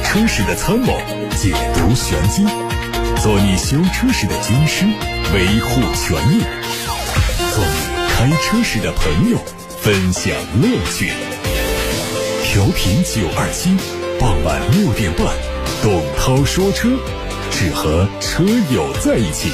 车时的参谋，解读玄机，做你修车时的军师，维护权益，做你开车时的朋友，分享乐趣。调频927，傍晚6点半，董涛说车，只和车友在一起。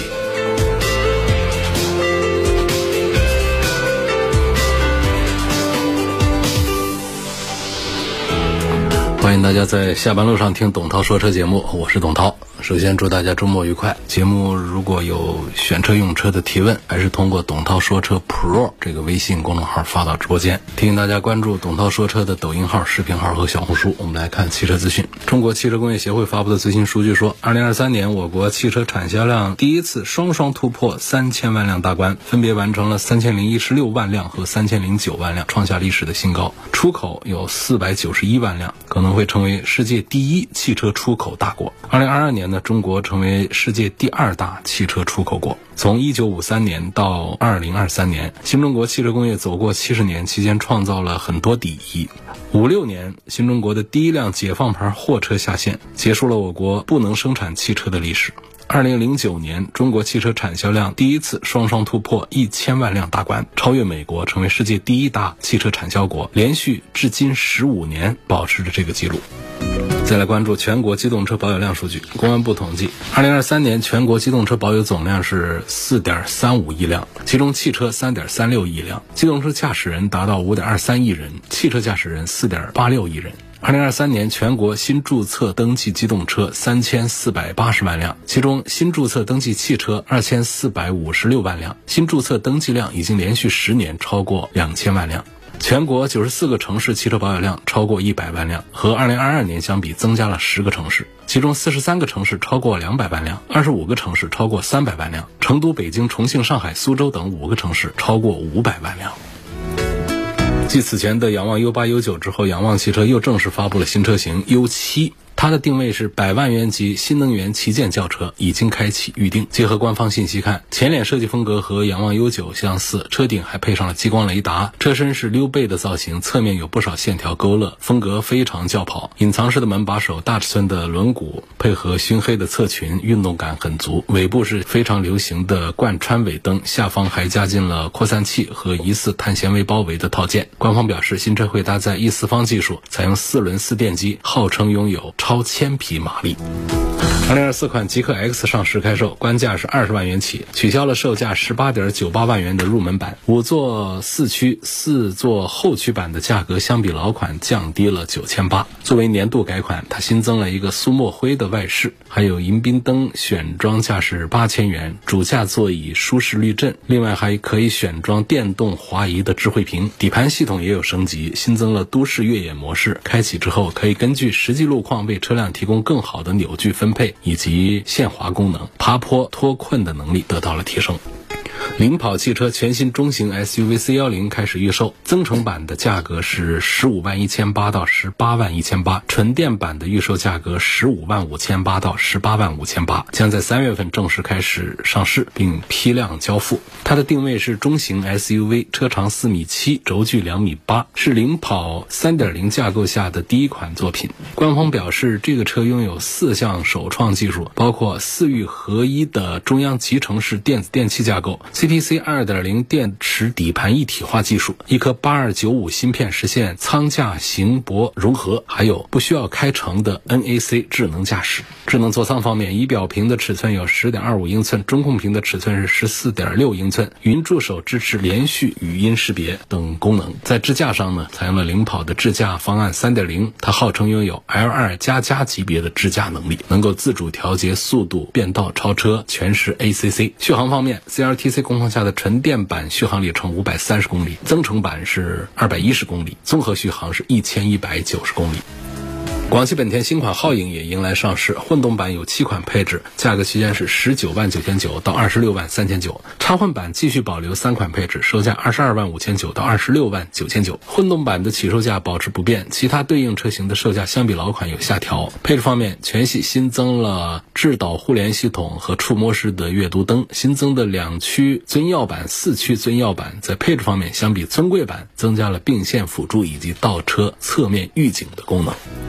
欢迎大家在下班路上听董涛说车节目，我是董涛。首先祝大家周末愉快。节目如果有选车用车的提问，还是通过董涛说车 Pro 这个微信公众号发到直播间。提醒大家关注董涛说车的抖音号、视频号和小红书。我们来看汽车资讯。中国汽车工业协会发布的最新数据说，2023年我国汽车产销量第一次双突破3000万辆大关，分别完成了3016万辆和3009万辆，创下历史的新高。出口有491万辆，可能会成为世界第一汽车出口大国。2022年呢，中国成为世界第2大汽车出口国。从1953年到2023年，新中国汽车工业走过70年，期间创造了很多第一。56年，新中国的第一辆解放牌货车下线，结束了我国不能生产汽车的历史。2009年，中国汽车产销量第一次双突破1000万辆大关，超越美国，成为世界第1大汽车产销国，连续至今15年保持着这个记录。再来关注全国机动车保有量数据。公安部统计，2023年全国机动车保有总量是 4.35 亿辆，其中汽车 3.36 亿辆，机动车驾驶人达到 5.23 亿人，汽车驾驶人 4.86 亿人。2023年全国新注册登记机动车3480万辆，其中新注册登记汽车2456万辆，新注册登记量已经连续10年超过2000万辆。全国94个城市汽车保有量超过100万辆，和2022年相比增加了10个城市，其中43个城市超过200万辆，25个城市超过300万辆，成都、北京、重庆、上海、苏州等5个城市超过500万辆。继此前的仰望 U8、U9 之后，仰望汽车又正式发布了新车型 U7，它的定位是100万元级新能源旗舰轿车，已经开启预定。结合官方信息看，前脸设计风格和仰望 U9 相似，车顶还配上了激光雷达，车身是溜背的造型，侧面有不少线条勾勒，风格非常轿跑。隐藏式的门把手，大尺寸的轮毂配合熏黑的侧裙，运动感很足。尾部是非常流行的贯穿尾灯，下方还加进了扩散器和疑似碳纤维包围的套件。官方表示，新车会搭载 E4方技术，采用4轮4电机，号称拥有超1000匹马力。2024款极氪 X 上市开售，官价是20万元起，取消了售价18.98万元的入门版，5座4驱4座后驱版的价格相比老款降低了9800。作为年度改款，它新增了一个苏墨灰的外饰，还有迎宾灯，选装价是8000元，主驾座椅舒适滤震，另外还可以选装电动滑移的智慧屏。底盘系统也有升级，新增了都市越野模式，开启之后可以根据实际路况为车辆提供更好的扭矩分配以及限滑功能，爬坡脱困的能力得到了提升。领跑汽车全新中型 SUV C10 开始预售，增程版的价格是151800到181800，纯电版的预售价格155800到185800，将在3月份正式开始上市并批量交付。它的定位是中型 SUV， 车长4.7米，轴距2.8米，是领跑 3.0 架构下的第一款作品。官方表示，这个车拥有4项首创技术，包括4域合一的中央集成式电子电器架构，CTC 2.0 电池底盘一体化技术，一颗8295芯片实现舱架行泊融合，还有不需要开乘的 NAC 智能驾驶。智能座舱方面，仪表屏的尺寸有 10.25 英寸，中控屏的尺寸是 14.6 英寸，云助手支持连续语音识别等功能。在支架上呢，采用了领跑的智驾方案 3.0， 它号称拥有 L2++级别的智驾能力，能够自主调节速度、变道、超车，全时 ACC。续航方面， CLTC 工况下的纯电版续航里程530公里，增程版是210公里，综合续航是1190公里。广汽本田新款皓影也迎来上市，混动版有7款配置，价格区间是19.99000到26.3900。插混版继续保留3款配置，售价22.5900到26.9900。混动版的起售价保持不变，其他对应车型的售价相比老款有下调。配置方面，全系新增了智导互联系统和触摸式的阅读灯，新增的2驱尊耀版、4驱尊耀版在配置方面相比尊贵版增加了并线辅助以及倒车侧面预警的功能。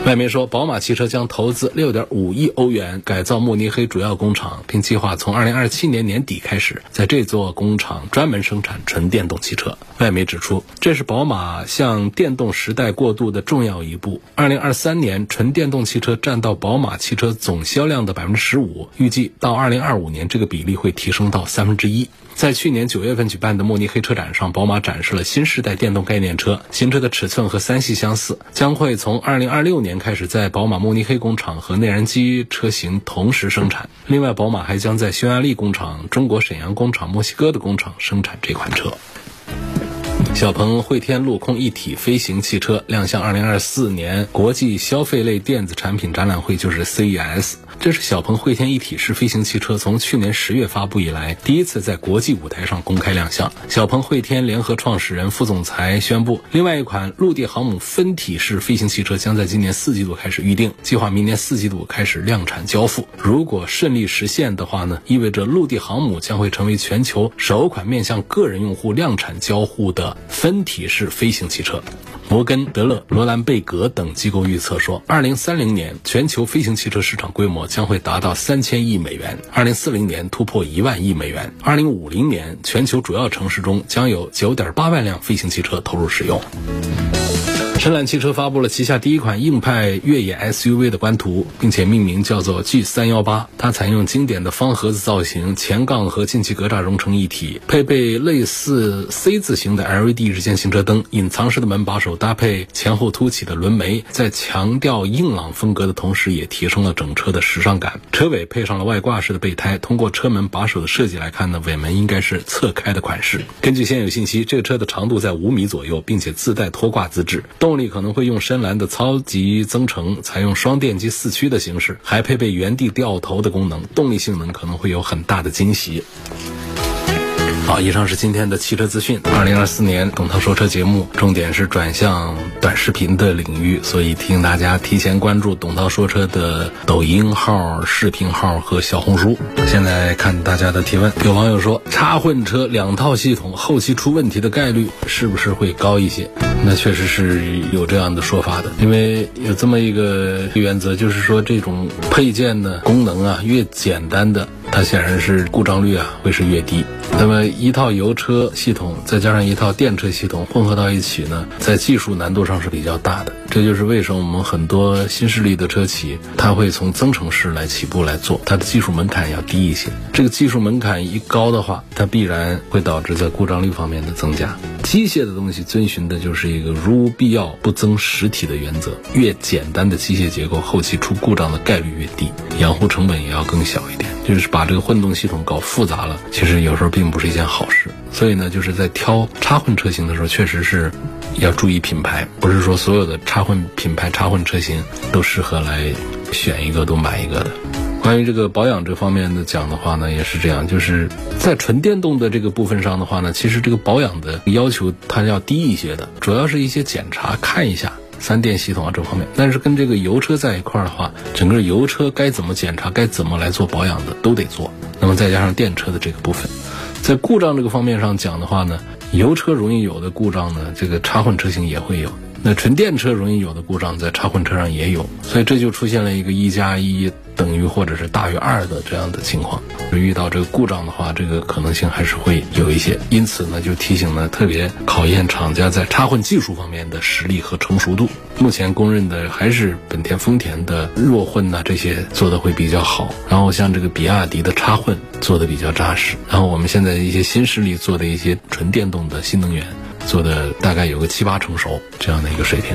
外媒说，宝马汽车将投资6.5亿欧元改造慕尼黑主要工厂，并计划从2027年年底开始在这座工厂专门生产纯电动汽车。外媒指出，这是宝马向电动时代过渡的重要一步。2023年，纯电动汽车占到宝马汽车总销量的 15%， 预计到2025年这个比例会提升到1/3。在去年9月份举办的慕尼黑车展上，宝马展示了新世代电动概念车，新车的尺寸和3系相似，将会从2026年开始在宝马慕尼黑工厂和内燃机车型同时生产。另外，宝马还将在匈牙利工厂、中国沈阳工厂、墨西哥的工厂生产这款车。小鹏汇天陆空一体飞行汽车亮相2024年国际消费类电子产品展览会，就是 CES。这是小鹏汇天一体式飞行汽车从去年10月发布以来第一次在国际舞台上公开亮相。小鹏汇天联合创始人、副总裁宣布，另外一款陆地航母分体式飞行汽车将在今年4季度开始预定，计划明年4季度开始量产交付。如果顺利实现的话呢，意味着陆地航母将会成为全球首款面向个人用户量产交互的分体式飞行汽车。摩根德勒、罗兰贝格等机构预测说，2030年全球飞行汽车市场规模将会达到3000亿美元，2040年突破1万亿美元，2050年全球主要城市中将有9.8万辆飞行汽车投入使用。深蓝汽车发布了旗下第一款硬派越野 SUV 的官图，并且命名叫做 G318。它采用经典的方盒子造型，前杠和进气格栅融成一体，配备类似 C 字形的 LED 日间行车灯，隐藏式的门把手搭配前后凸起的轮眉，在强调硬朗风格的同时，也提升了整车的时尚感。车尾配上了外挂式的备胎，通过车门把手的设计来看呢，尾门应该是侧开的款式。根据现有信息，这个车的长度在5米左右，并且自带拖挂资质。动力可能会用深蓝的超级增程，采用双电机4驱的形式，还配备原地掉头的功能，动力性能可能会有很大的惊喜。好，以上是今天的汽车资讯。2024年董涛说车节目重点是转向短视频的领域，所以提醒大家提前关注董涛说车的抖音号、视频号和小红书。现在看大家的提问，有网友说，插混车2套系统后期出问题的概率是不是会高一些？那确实是有这样的说法的，因为有这么一个原则，就是说这种配件的功能啊，越简单的它显然是故障率啊会是越低。那么一套油车系统再加上一套电车系统混合到一起呢，在技术难度上是比较大的。这就是为什么我们很多新势力的车企，它会从增程式来起步来做，它的技术门槛要低一些。这个技术门槛一高的话，它必然会导致在故障率方面的增加。机械的东西遵循的就是一个如无必要不增实体的原则，越简单的机械结构后期出故障的概率越低，养护成本也要更小一点。就是把这个混动系统搞复杂了，其实有时候并不是一件好事。所以呢，就是在挑插混车型的时候，确实是要注意品牌，不是说所有的插混品牌插混车型都适合来选一个都买一个的。关于这个保养这方面的讲的话呢，也是这样，就是在纯电动的这个部分上的话呢，其实这个保养的要求它要低一些的，主要是一些检查看一下三电系统啊这方面。但是跟这个油车在一块的话，整个油车该怎么检查，该怎么来做保养的都得做。那么再加上电车的这个部分，在故障这个方面上讲的话呢，油车容易有的故障呢，这个插混车型也会有。那纯电车容易有的故障在插混车上也有，所以这就出现了一个1+1等于或者是大于2的这样的情况。遇到这个故障的话，这个可能性还是会有一些。因此呢，就提醒呢，特别考验厂家在插混技术方面的实力和成熟度。目前公认的还是本田、丰田的弱混这些做的会比较好，然后像这个比亚迪的插混做的比较扎实，然后我们现在一些新势力做的一些纯电动的新能源做的大概有个7-8成熟这样的一个水平。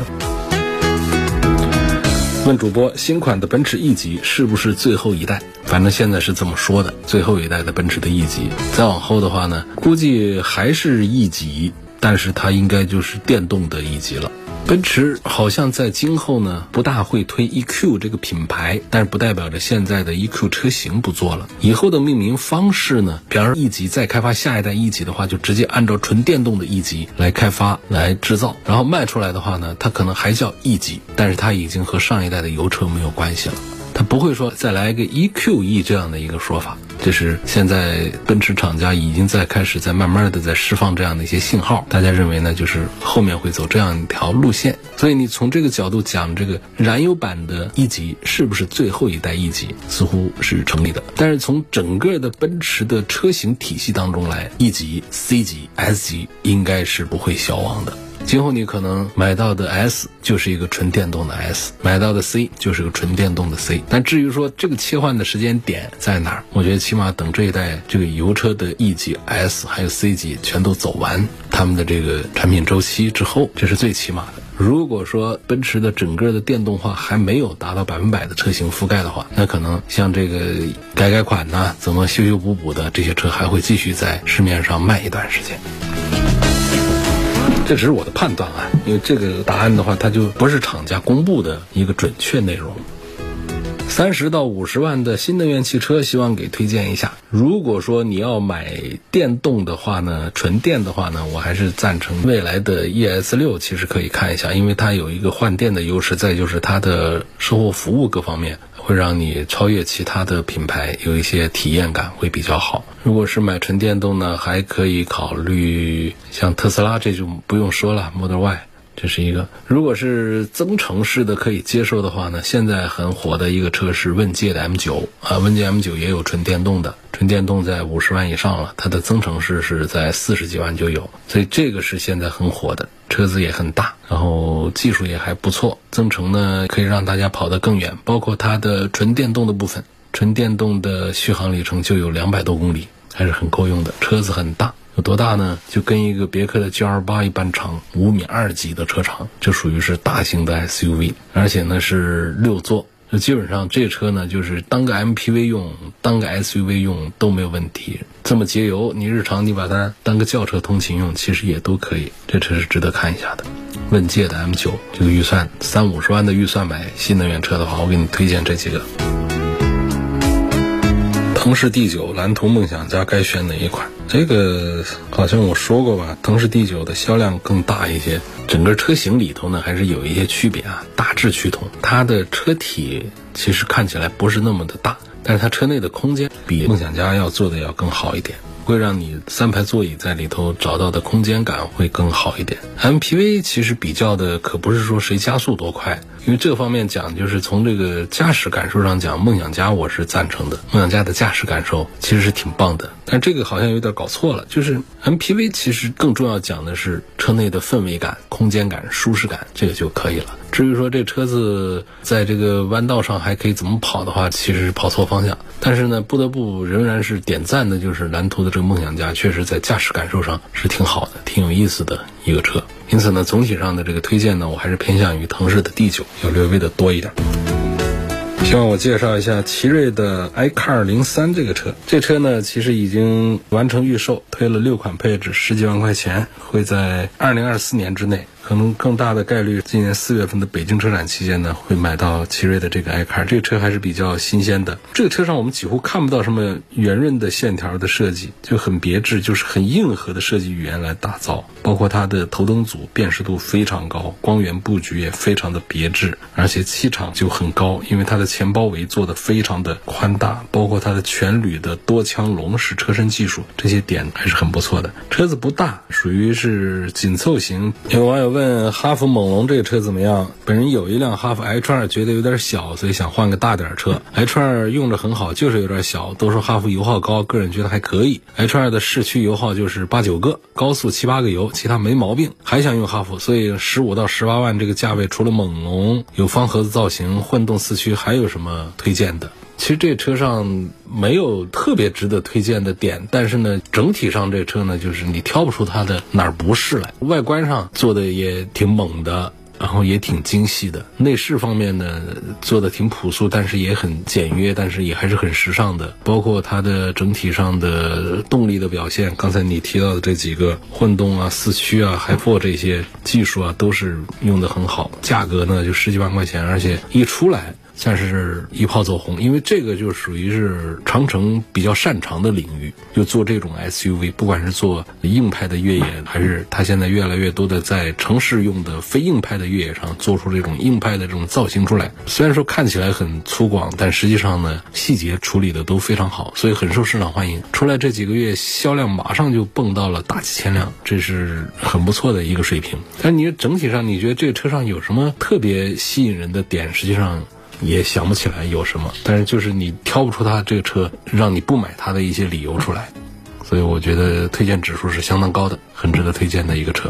问主播，新款的奔驰 E 级是不是最后一代？反正现在是这么说的，最后一代的奔驰的 E 级，再往后的话呢，估计还是 E 级，但是它应该就是电动的 E 级了。奔驰好像在今后呢不大会推 EQ 这个品牌，但是不代表着现在的 EQ 车型不做了。以后的命名方式呢，比方说 E 级再开发下一代 E 级的话，就直接按照纯电动的 E 级来开发来制造，然后卖出来的话呢，它可能还叫 E 级，但是它已经和上一代的油车没有关系了。它不会说再来一个 EQE 这样的一个说法， 这是现在奔驰厂家已经开始慢慢的在释放这样的一些信号，大家认为呢，就是后面会走这样一条路线。所以你从这个角度讲，这个燃油版的E级是不是最后一代E级，似乎是成立的。但是从整个的奔驰的车型体系当中来，E级、C 级、S 级应该是不会消亡的。今后你可能买到的 S 就是一个纯电动的 S， 买到的 C 就是个纯电动的 C。 但至于说这个切换的时间点在哪儿，我觉得起码等这一代这个油车的 E 级、S 还有 C 级全都走完他们的这个产品周期之后，这是最起码的。如果说奔驰的整个的电动化还没有达到100%的车型覆盖的话，那可能像这个改款呐，怎么修修补补的这些车还会继续在市面上卖一段时间。这只是我的判断啊，因为这个答案的话，它就不是厂家公布的一个准确内容。30到50万的新能源汽车，希望给推荐一下。如果说你要买电动的话呢，纯电的话呢，我还是赞成未来的 ES6， 其实可以看一下，因为它有一个换电的优势，再就是它的售后服务各方面会让你超越其他的品牌，有一些体验感会比较好。如果是买纯电动呢，还可以考虑像特斯拉，这就不用说了 Model Y，这是一个。如果是增程式的可以接受的话呢，现在很火的一个车是问界的 M9 问界 M9 也有纯电动的，纯电动在50万以上了，它的增程式是在40几万就有，所以这个是现在很火的，车子也很大，然后技术也还不错，增程呢可以让大家跑得更远，包括它的纯电动的部分，纯电动的续航里程就有200多公里，还是很够用的。车子很大，有多大呢？就跟一个别克的 G28 一般长，5.2米级的车长，这属于是大型的 SUV， 而且呢是6座，就基本上这车呢就是当个 MPV 用，当个 SUV 用都没有问题。这么节油，你日常你把它当个轿车通勤用，其实也都可以。这车是值得看一下的。问界的 M9， 这个预算30-50万的预算买新能源车的话，我给你推荐这几个。腾势 D9、蓝图、梦想家该选哪一款？这个好像我说过吧，腾势 D9 的销量更大一些，整个车型里头呢还是有一些区别啊，大致趋同。它的车体其实看起来不是那么的大，但是它车内的空间比梦想家要做的要更好一点，会让你3排座椅在里头找到的空间感会更好一点。MPV 其实比较的可不是说谁加速多快，因为这方面讲就是从这个驾驶感受上讲，梦想家我是赞成的，梦想家的驾驶感受其实是挺棒的。但这个好像有点搞错了，就是 MPV 其实更重要讲的是车内的氛围感、空间感、舒适感，这个就可以了。至于说这车子在这个弯道上还可以怎么跑的话，其实是跑错方向。但是呢，不得不仍然是点赞的就是蓝图的这个梦想家，确实在驾驶感受上是挺好的，挺有意思的一个车。因此呢，总体上的这个推荐呢，我还是偏向于腾势的 D9 要略微的多一点。希望我介绍一下奇瑞的 iCar 03这个车。这车呢其实已经完成预售，推了6款配置，10几万块钱，会在2024年之内，可能更大的概率今年4月份的北京车展期间呢会买到奇瑞的这个 iCar。 这个车还是比较新鲜的，这个车上我们几乎看不到什么圆润的线条的设计，就很别致，就是很硬核的设计语言来打造。包括它的头灯组辨识度非常高，光源布局也非常的别致，而且气场就很高，因为它的前包围做的非常的宽大，包括它的全铝的多腔笼式车身技术，这些点还是很不错的。车子不大，属于是紧凑型。有网友问哈弗猛龙这个车怎么样，本人有一辆哈弗 H2 觉得有点小，所以想换个大点车。 H2 用着很好，就是有点小，都说哈弗油耗高，个人觉得还可以。 H2 的市区油耗就是8-9个，高速7-8个油，其他没毛病。还想用哈弗，所以15到18万这个价位，除了猛龙有方盒子造型混动4驱，还有什么推荐的？其实这车上没有特别值得推荐的点，但是呢整体上这车呢就是你挑不出它的哪儿不是来。外观上做的也挺猛的，然后也挺精细的，内饰方面呢做的挺朴素，但是也很简约，但是也还是很时尚的。包括它的整体上的动力的表现，刚才你提到的这几个混动啊、4驱啊、Hi4 这些技术啊都是用的很好。价格呢就10几万块钱，而且一出来算是一炮走红，因为这个就属于是长城比较擅长的领域，就做这种 SUV， 不管是做硬派的越野，还是它现在越来越多的在城市用的非硬派的越野上做出这种硬派的这种造型出来。虽然说看起来很粗犷，但实际上呢细节处理的都非常好，所以很受市场欢迎。出来这几个月销量马上就蹦到了大几千辆，这是很不错的一个水平。但你整体上你觉得这个车上有什么特别吸引人的点，实际上也想不起来有什么，但是就是你挑不出它这个车让你不买它的一些理由出来，所以我觉得推荐指数是相当高的，很值得推荐的一个车。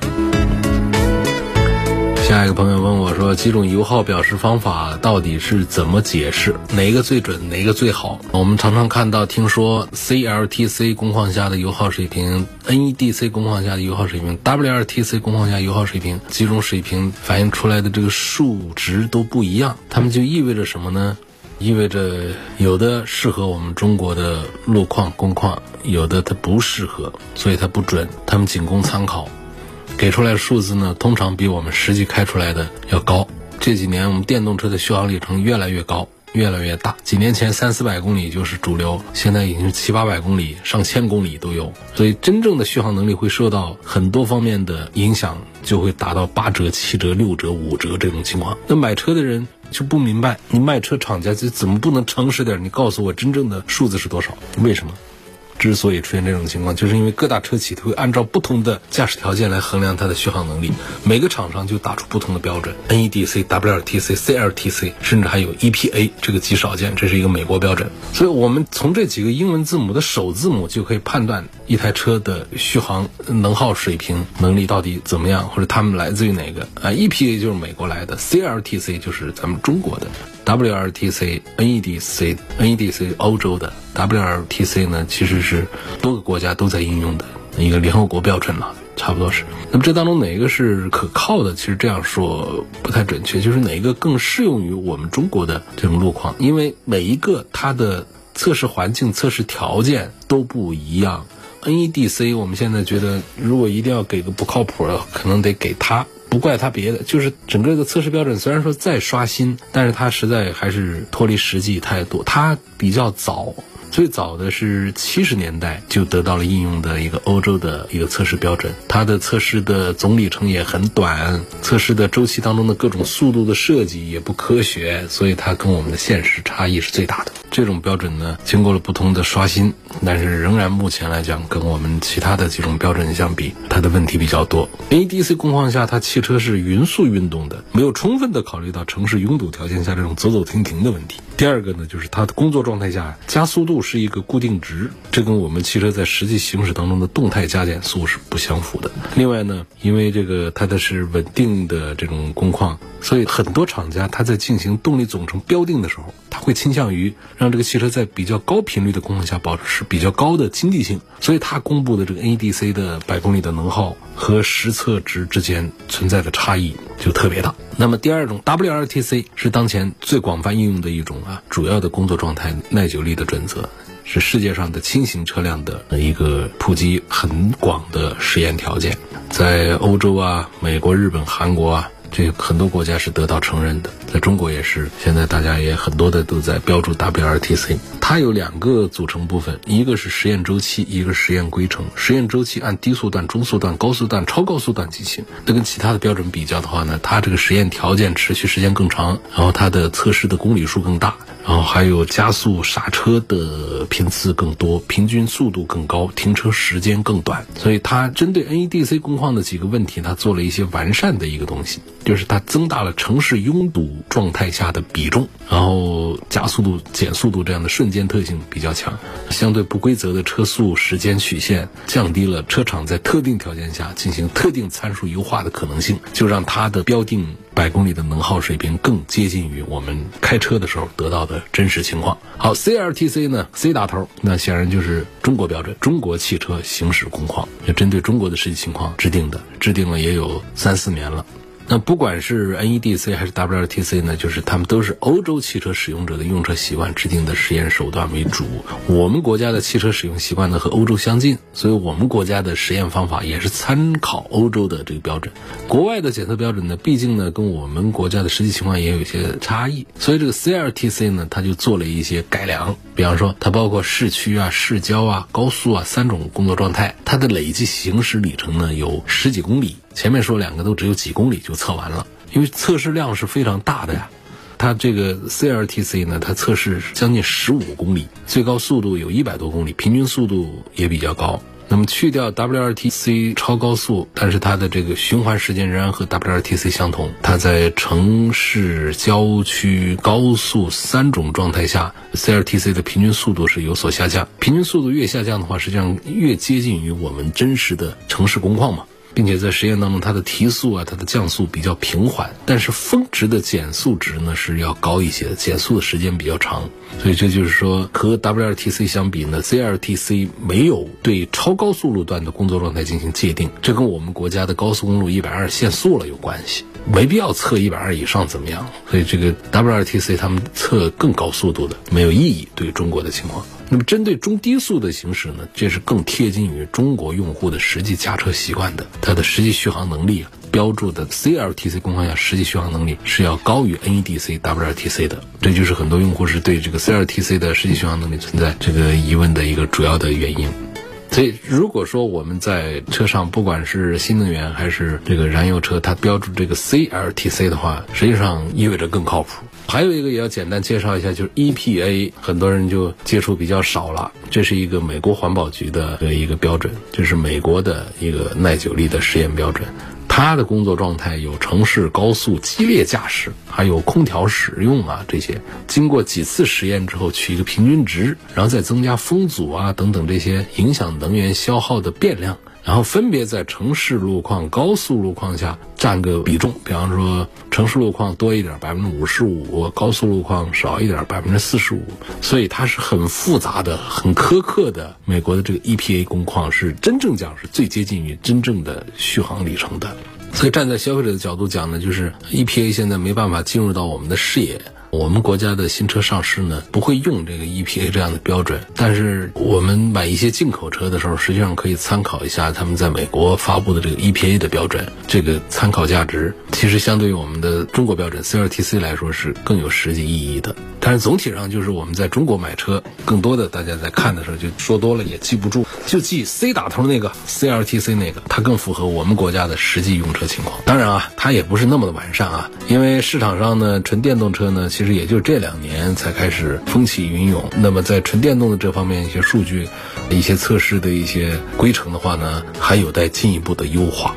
下一个朋友问我说，几种油耗表示方法到底是怎么解释，哪个最准，哪个最好？我们常常看到听说 CLTC 工况下的油耗水平， NEDC 工况下的油耗水平， WLTC 工况下油耗水平，几种水平反映出来的这个数值都不一样，它们就意味着什么呢？意味着有的适合我们中国的路况工况，有的它不适合，所以它不准，它们仅供参考。给出来的数字呢，通常比我们实际开出来的要高。这几年我们电动车的续航里程越来越高，越来越大，几年前300-400公里就是主流，现在已经是700-800公里，上千公里都有。所以真正的续航能力会受到很多方面的影响，就会达到8折、7折、6折、5折这种情况。那买车的人就不明白，你卖车厂家就怎么不能诚实点？你告诉我真正的数字是多少？为什么？之所以出现这种情况，就是因为各大车企都会按照不同的驾驶条件来衡量它的续航能力，每个厂商就打出不同的标准， NEDC、WLTC、CLTC， 甚至还有 EPA， 这个极少见，这是一个美国标准。所以我们从这几个英文字母的首字母就可以判断一台车的续航能耗水平能力到底怎么样，或者它们来自于哪个EPA 就是美国来的， CLTC 就是咱们中国的， WLTC、 NEDC 欧洲的， WLTC 呢其实是多个国家都在应用的一个联合国标准了，差不多是。那么这当中哪个是可靠的，其实这样说不太准确，就是哪个更适用于我们中国的这种路况，因为每一个它的测试环境、测试条件都不一样。NEDC 我们现在觉得如果一定要给个不靠谱的，可能得给它，不怪它别的，就是整个的测试标准虽然说再刷新，但是它实在还是脱离实际太多。它比较早，最早的是70年代就得到了应用的一个欧洲的一个测试标准，它的测试的总里程也很短，测试的周期当中的各种速度的设计也不科学，所以它跟我们的现实差异是最大的。这种标准呢经过了不同的刷新，但是仍然目前来讲跟我们其他的几种标准相比，它的问题比较多。 NEDC 工况下它汽车是匀速运动的，没有充分的考虑到城市拥堵条件下这种走走停停的问题。第二个呢，就是它的工作状态下加速度是一个固定值，这跟我们汽车在实际行驶当中的动态加减速是不相符的。另外呢，因为这个它的是稳定的这种工况，所以很多厂家它在进行动力总成标定的时候，它会倾向于让这个汽车在比较高频率的工况下保持比较高的经济性，所以它公布的这个 NEDC 的100公里的能耗和实测值之间存在的差异就特别大。那么第二种 WLTC 是当前最广泛应用的一种主要的工作状态耐久力的准则，是世界上的轻型车辆的一个普及很广的实验条件，在欧洲美国、日本、韩国这很多国家是得到承认的，在中国也是，现在大家也很多的都在标注 WLTC。 它有2个组成部分，一个是实验周期，一个是实验规程。实验周期按低速段、中速段、高速段、超高速段进行，这跟其他的标准比较的话呢，它这个实验条件持续时间更长，然后它的测试的公里数更大，然后还有加速刹车的频次更多，平均速度更高，停车时间更短。所以它针对 NEDC 工况的几个问题，它做了一些完善的一个东西，就是它增大了城市拥堵状态下的比重，然后加速度、减速度这样的瞬间特性比较强，相对不规则的车速时间曲线降低了车厂在特定条件下进行特定参数优化的可能性，就让它的标定100公里的能耗水平更接近于我们开车的时候得到的真实情况。好， CLTC 呢 C 打头，那显然就是中国标准，中国汽车行驶工况，也针对中国的实际情况制定的，制定了也有3-4年了。 那不管是 NEDC 还是 WLTC 呢，就是他们都是欧洲汽车使用者的用车习惯制定的实验手段为主。我们国家的汽车使用习惯呢和欧洲相近，所以我们国家的实验方法也是参考欧洲的这个标准。国外的检测标准呢，毕竟呢跟我们国家的实际情况也有一些差异，所以这个 CLTC 呢，它就做了一些改良。比方说它包括市区啊、市郊啊、高速啊3种工作状态，它的累计行驶里程呢有10几公里，前面说2个都只有几公里就测完了，因为测试量是非常大的呀。它这个 CLTC 呢，它测试将近15公里，最高速度有100多公里，平均速度也比较高。那么去掉 WLTC 超高速，但是它的这个循环时间仍然和 WLTC 相同。它在城市、郊区、高速3种状态下， CLTC 的平均速度是有所下降。平均速度越下降的话，实际上越接近于我们真实的城市工况嘛。并且在实验当中，它的提速啊，它的降速比较平缓，但是峰值的减速值呢是要高一些的，减速的时间比较长。所以这就是说，和 WLTC 相比呢， CLTC 没有对超高速路段的工作状态进行界定，这跟我们国家的高速公路120限速了有关系，没必要测120以上怎么样。所以这个 WLTC 他们测更高速度的没有意义，对于中国的情况。那么针对中低速的行驶呢，这是更贴近于中国用户的实际驾车习惯的，它的实际续航能力啊，标注的 CLTC 工况下实际续航能力是要高于 NEDC WLTC 的，这就是很多用户是对这个 CLTC 的实际续航能力存在这个疑问的一个主要的原因。所以如果说我们在车上不管是新能源还是这个燃油车，它标注这个 CLTC 的话，实际上意味着更靠谱。还有一个也要简单介绍一下，就是 EPA， 很多人就接触比较少了。这是一个美国环保局的一个标准，这是美国的一个耐久力的实验标准。它的工作状态有城市高速激烈驾驶，还有空调使用啊，这些经过几次实验之后取一个平均值，然后再增加风阻啊等等这些影响能源消耗的变量，然后分别在城市路况、高速路况下占个比重。比方说城市路况多一点 55%， 高速路况少一点 45%。 所以它是很复杂的、很苛刻的。美国的这个 EPA 工况是真正讲是最接近于真正的续航里程的。所以站在消费者的角度讲呢，就是 EPA 现在没办法进入到我们的视野。我们国家的新车上市呢，不会用这个 EPA 这样的标准，但是我们买一些进口车的时候，实际上可以参考一下他们在美国发布的这个 EPA 的标准，这个参考价值其实相对于我们的中国标准 CLTC 来说是更有实际意义的。但是总体上就是我们在中国买车，更多的大家在看的时候就说多了也记不住，就记 C 打头那个 CLTC 那个，它更符合我们国家的实际用车情况。当然啊，它也不是那么的完善啊，因为市场上呢，纯电动车呢，其实也就这2年才开始风起云涌。那么在纯电动的这方面，一些数据、一些测试的一些规程的话呢，还有待进一步的优化。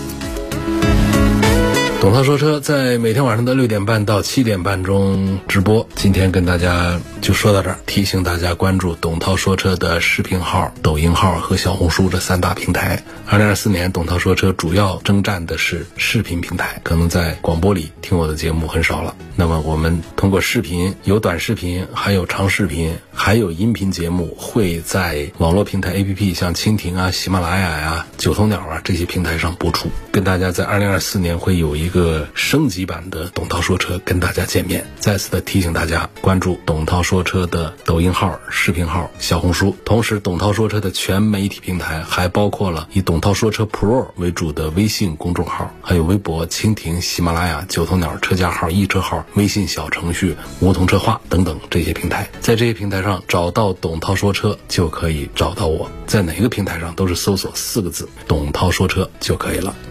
董涛说车在每天晚上的6点半到7点半中直播，今天跟大家就说到这儿，提醒大家关注董涛说车的视频号、抖音号和小红书这3大平台。2024年董涛说车主要征战的是视频平台，可能在广播里听我的节目很少了，那么我们通过视频，有短视频，还有长视频，还有音频节目，会在网络平台 APP 像蜻蜓啊、喜马拉雅呀、九头鸟啊这些平台上播出，跟大家在2024年会有一个升级版的董涛说车跟大家见面。再次的提醒大家关注董涛说车的抖音号、视频号、小红书，同时董涛说车的全媒体平台还包括了以董涛说车 Pro 为主的微信公众号，还有微博、蜻蜓、喜马拉雅、九头鸟、车家号、易车号、微信小程序、梧桐车话等等这些平台。在这些平台上找到董涛说车就可以找到我，在哪个平台上都是搜索4个字董涛说车就可以了。